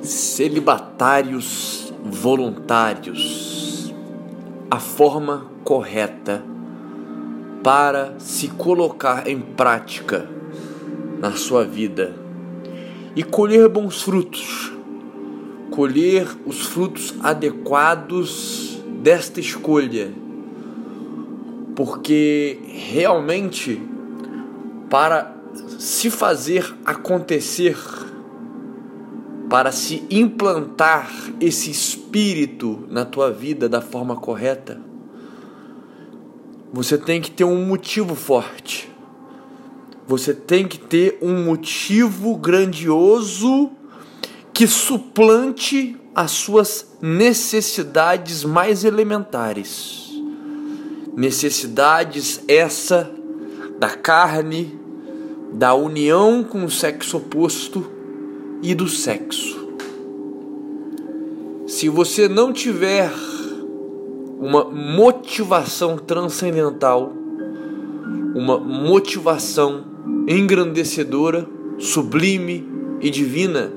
Celibatários voluntários, a forma correta para se colocar em prática na sua vida e colher bons frutos, colher os frutos adequados desta escolha, porque realmente para se fazer acontecer, para se implantar esse espírito na tua vida da forma correta, você tem que ter um motivo forte. Você tem que ter um motivo grandioso que suplante as suas necessidades mais elementares. Necessidades essa da carne, da união com o sexo oposto e do sexo. Se você não tiver uma motivação transcendental, uma motivação engrandecedora, sublime e divina,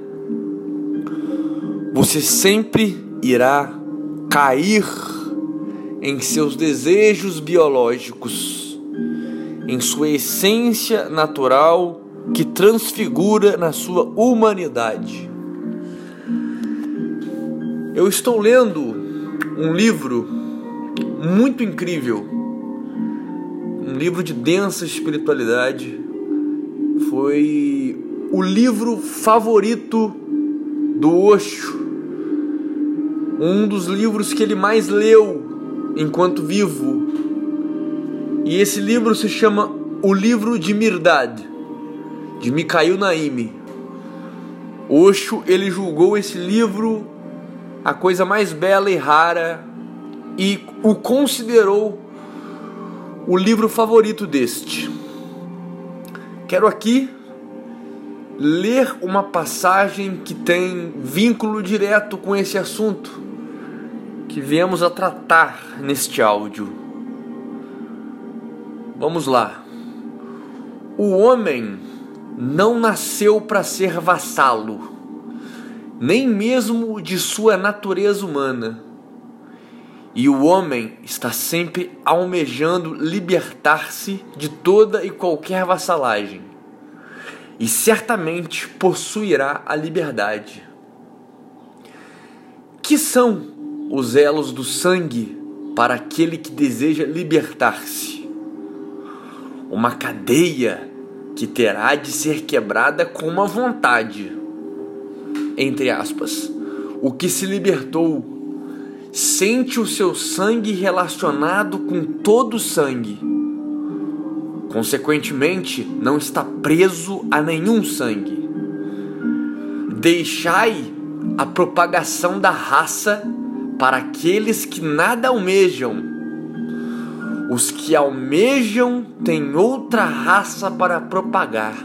você sempre irá cair em seus desejos biológicos, em sua essência natural que transfigura na sua humanidade. Eu estou lendo um livro muito incrível, um livro de densa espiritualidade. Foi o livro favorito do Osho, um dos livros que ele mais leu enquanto vivo. E esse livro se chama O Livro de Mirdad, de Mikhail Naim. Osho, ele julgou esse livro a coisa mais bela e rara e o considerou o livro favorito deste. Quero aqui ler uma passagem que tem vínculo direto com esse assunto que viemos a tratar neste áudio. Vamos lá. O homem não nasceu para ser vassalo, nem mesmo de sua natureza humana. E o homem está sempre almejando libertar-se de toda e qualquer vassalagem, e certamente possuirá a liberdade. Que são os elos do sangue para aquele que deseja libertar-se? Uma cadeia que terá de ser quebrada com uma vontade. Entre aspas, o que se libertou sente o seu sangue relacionado com todo o sangue. Consequentemente, não está preso a nenhum sangue. Deixai a propagação da raça para aqueles que nada almejam. Os que almejam têm outra raça para propagar.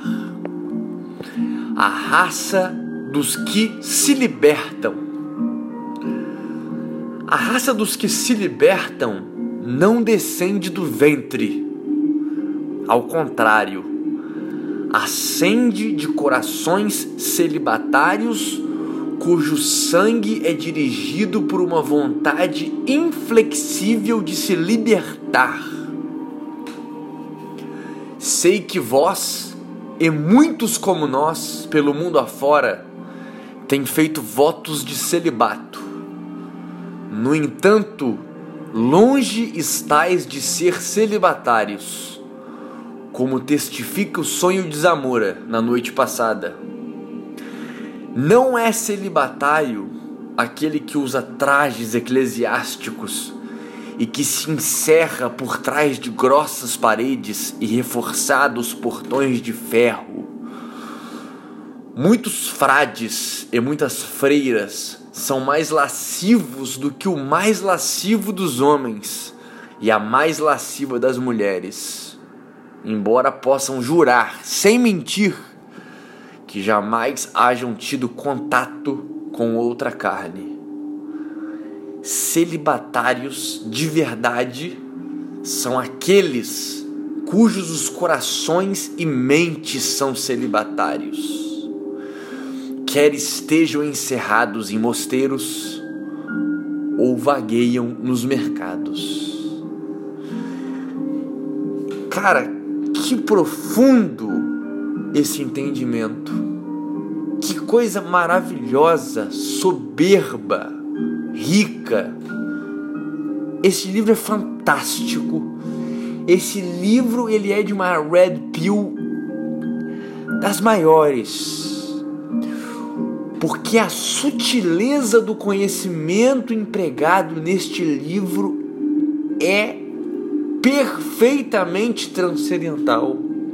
A raça dos que se libertam. A raça dos que se libertam não descende do ventre. Ao contrário, ascende de corações celibatários cujo sangue é dirigido por uma vontade inflexível de se libertar. Sei que vós, e muitos como nós, pelo mundo afora, têm feito votos de celibato. No entanto, longe estais de ser celibatários, como testifica o sonho de Zamora na noite passada. Não é celibatário aquele que usa trajes eclesiásticos e que se encerra por trás de grossas paredes e reforçados portões de ferro. Muitos frades e muitas freiras são mais lascivos do que o mais lascivo dos homens e a mais lasciva das mulheres, embora possam jurar, sem mentir, que jamais hajam tido contato com outra carne. Celibatários de verdade são aqueles cujos os corações e mentes são celibatários, quer estejam encerrados em mosteiros ou vagueiam nos mercados. Cara, que profundo esse entendimento. Que coisa maravilhosa, soberba, rica. Esse livro é fantástico. Esse livro, ele é de uma red pill das maiores. Porque a sutileza do conhecimento empregado neste livro é perfeitamente transcendental.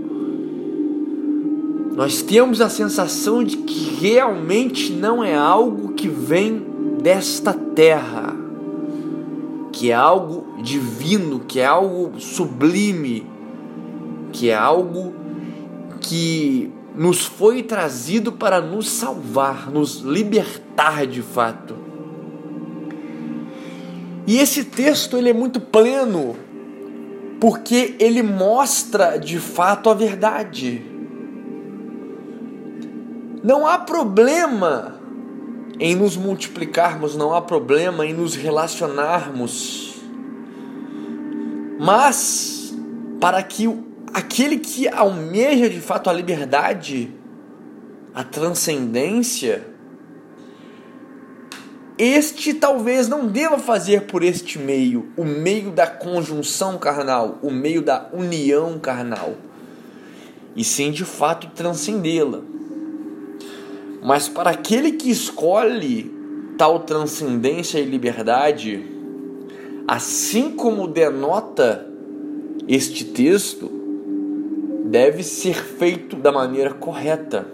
Nós temos a sensação de que realmente não é algo que vem desta terra, que é algo divino, que é algo sublime, que é algo que nos foi trazido para nos salvar, nos libertar de fato. E esse texto, ele é muito pleno, porque ele mostra de fato a verdade. Não há problema em nos multiplicarmos, não há problema em nos relacionarmos. Mas, para que aquele que almeja de fato a liberdade, a transcendência, este talvez não deva fazer por este meio, o meio da conjunção carnal, o meio da união carnal, e sim de fato transcendê-la. Mas para aquele que escolhe tal transcendência e liberdade, assim como denota este texto, deve ser feito da maneira correta.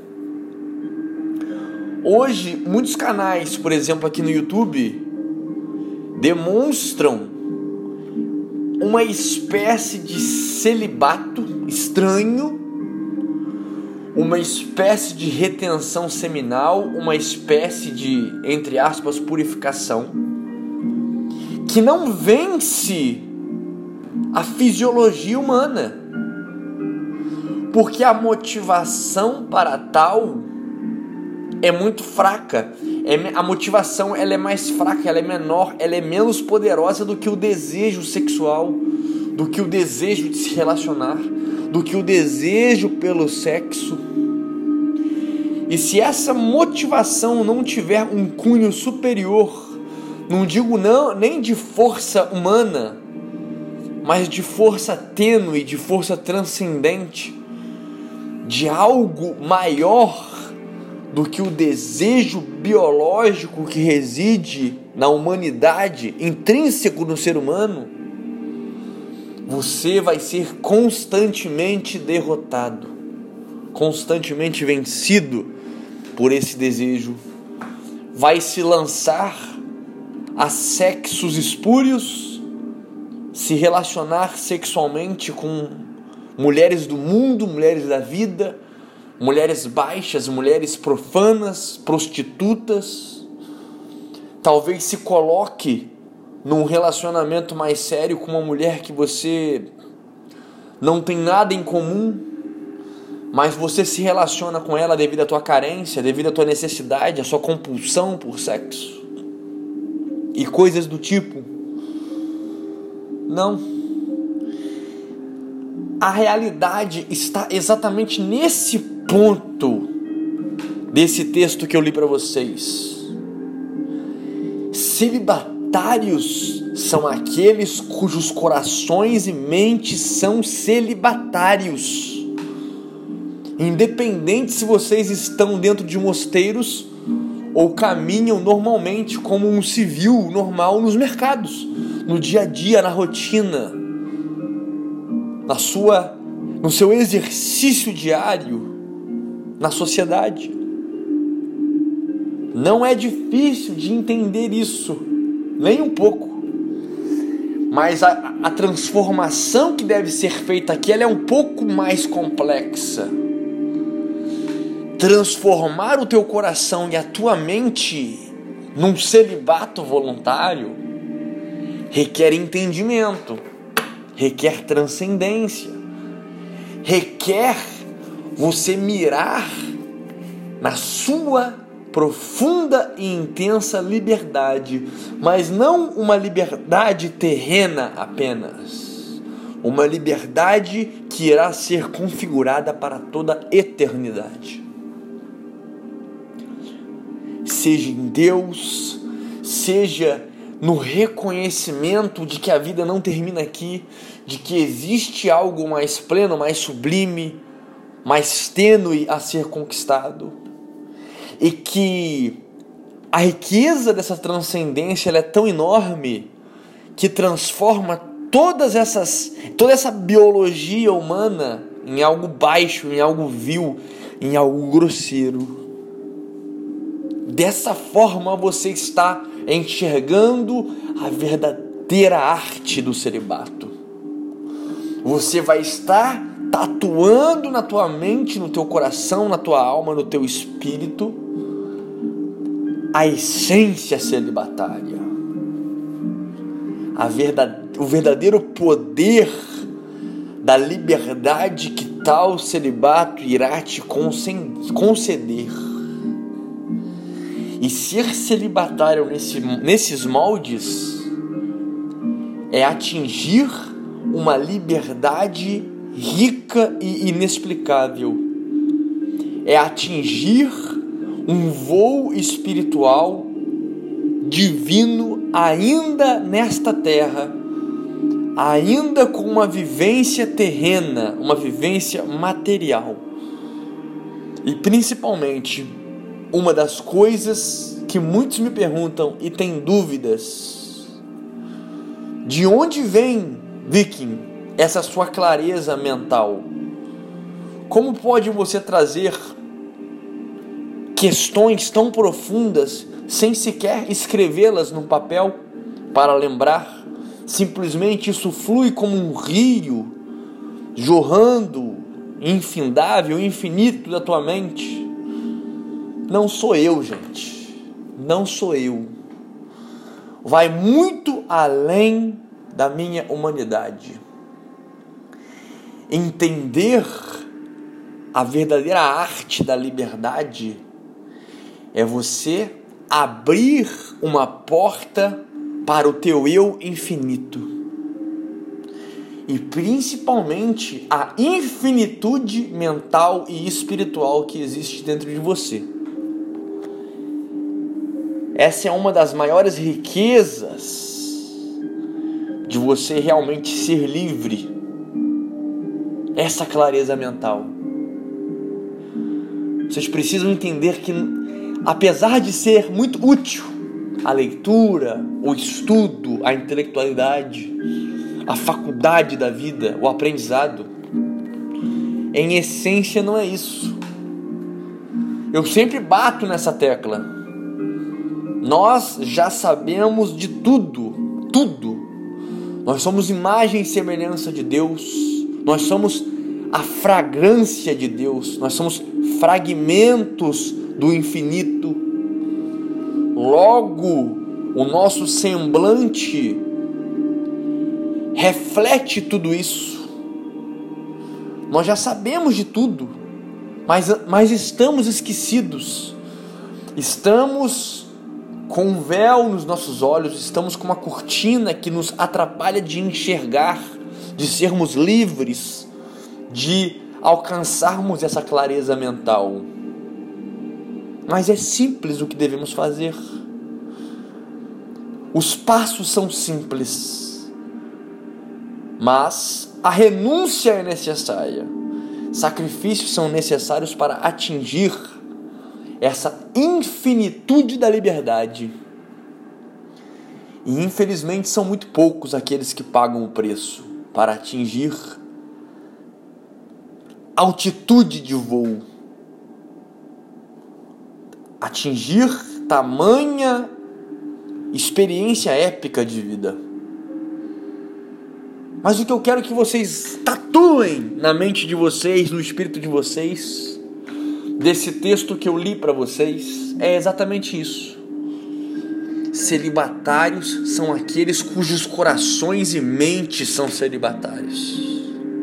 Hoje, muitos canais, por exemplo aqui no YouTube, demonstram uma espécie de celibato estranho, uma espécie de retenção seminal, uma espécie de, entre aspas, purificação, que não vence a fisiologia humana, porque a motivação para tal é muito fraca. A motivação, ela é mais fraca, ela é menor, ela é menos poderosa do que o desejo sexual, do que o desejo de se relacionar, do que o desejo pelo sexo. E se essa motivação não tiver um cunho superior, não digo não, nem de força humana, mas de força tênue, de força transcendente, de algo maior do que o desejo biológico que reside na humanidade, intrínseco no ser humano, você vai ser constantemente derrotado, constantemente vencido por esse desejo. Vai se lançar a sexos espúrios, se relacionar sexualmente com mulheres do mundo, mulheres da vida, mulheres baixas, mulheres profanas, prostitutas. Talvez se coloque num relacionamento mais sério com uma mulher que você não tem nada em comum, mas você se relaciona com ela devido à tua carência, devido à tua necessidade, à sua compulsão por sexo e coisas do tipo. Não. A realidade está exatamente nesse ponto desse texto que eu li para vocês. Celibatários são aqueles cujos corações e mentes são celibatários. Independente se vocês estão dentro de mosteiros ou caminham normalmente como um civil normal nos mercados, no dia a dia, na rotina, no seu exercício diário na sociedade. Não é difícil de entender isso, nem um pouco. Mas a transformação que deve ser feita aqui, ela é um pouco mais complexa. Transformar o teu coração e a tua mente num celibato voluntário requer entendimento, requer transcendência, requer você mirar na sua profunda e intensa liberdade, mas não uma liberdade terrena apenas, uma liberdade que irá ser configurada para toda a eternidade. Seja em Deus, seja no reconhecimento de que a vida não termina aqui, de que existe algo mais pleno, mais sublime, mais tênue a ser conquistado, e que a riqueza dessa transcendência ela é tão enorme que transforma toda essa biologia humana em algo baixo, em algo vil, em algo grosseiro. Dessa forma você está enxergando a verdadeira arte do celibato. Você vai estar tatuando na tua mente, no teu coração, na tua alma, no teu espírito, a essência celibatária. O verdadeiro poder da liberdade que tal celibato irá te conceder. E ser celibatário nesses moldes é atingir uma liberdade rica e inexplicável. É atingir um voo espiritual divino ainda nesta terra, ainda com uma vivência terrena, uma vivência material. E principalmente, uma das coisas que muitos me perguntam e têm dúvidas: de onde vem, Viking, essa sua clareza mental? Como pode você trazer questões tão profundas sem sequer escrevê-las num papel para lembrar? Simplesmente isso flui como um rio jorrando, infindável, infinito da tua mente. Não sou eu, gente. Não sou eu. Vai muito além da minha humanidade. Entender a verdadeira arte da liberdade é você abrir uma porta para o teu eu infinito. E principalmente a infinitude mental e espiritual que existe dentro de você. Essa é uma das maiores riquezas de você realmente ser livre. Essa clareza mental. Vocês precisam entender que, apesar de ser muito útil a leitura, o estudo, a intelectualidade, a faculdade da vida, o aprendizado, em essência não é isso. Eu sempre bato nessa tecla. Nós já sabemos de tudo, tudo. Nós somos imagem e semelhança de Deus. Nós somos a fragrância de Deus. Nós somos fragmentos do infinito. Logo, o nosso semblante reflete tudo isso. Nós já sabemos de tudo, mas estamos esquecidos. Estamos com um véu nos nossos olhos, estamos com uma cortina que nos atrapalha de enxergar, de sermos livres, de alcançarmos essa clareza mental. Mas é simples o que devemos fazer. Os passos são simples, mas a renúncia é necessária. Sacrifícios são necessários para atingir essa infinitude da liberdade. E infelizmente são muito poucos aqueles que pagam o preço para atingir altitude de voo, atingir tamanha experiência épica de vida. Mas o que eu quero que vocês tatuem na mente de vocês, no espírito de vocês, desse texto que eu li para vocês, é exatamente isso. Celibatários são aqueles cujos corações e mentes são celibatários.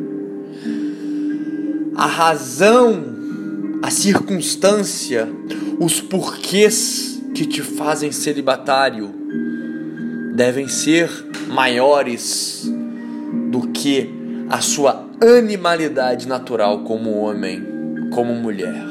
A razão, a circunstância, Os porquês que te fazem celibatário devem ser maiores do que a sua animalidade natural como homem, como mulher.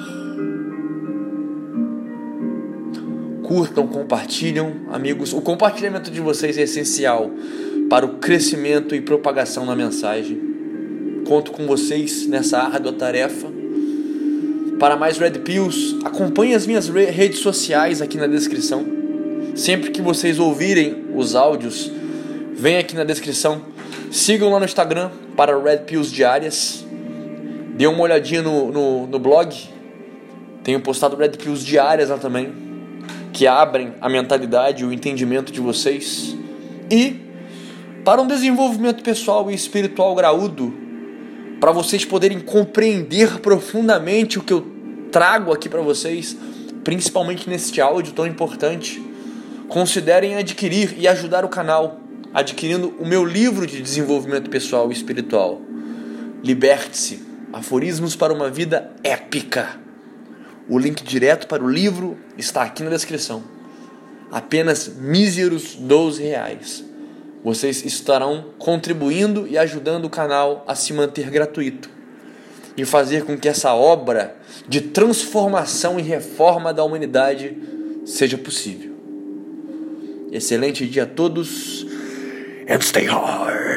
Curtam, compartilham, amigos. O compartilhamento de vocês é essencial para o crescimento e propagação da mensagem. Conto com vocês nessa árdua tarefa. Para mais Red Pills, acompanhe as minhas redes sociais aqui na descrição. Sempre que vocês ouvirem os áudios, vem aqui na descrição. Sigam lá no Instagram para Red Pills diárias. Dê uma olhadinha no blog. Tenho postado Red Pills diárias lá também, que abrem a mentalidade e o entendimento de vocês. E para um desenvolvimento pessoal e espiritual graúdo, para vocês poderem compreender profundamente o que eu trago aqui para vocês, principalmente neste áudio tão importante, considerem adquirir e ajudar o canal, adquirindo o meu livro de desenvolvimento pessoal e espiritual. Liberte-se, aforismos para uma vida épica. O link direto para o livro está aqui na descrição. Apenas míseros R$12. Vocês estarão contribuindo e ajudando o canal a se manter gratuito e fazer com que essa obra de transformação e reforma da humanidade seja possível. Excelente dia a todos and stay hard!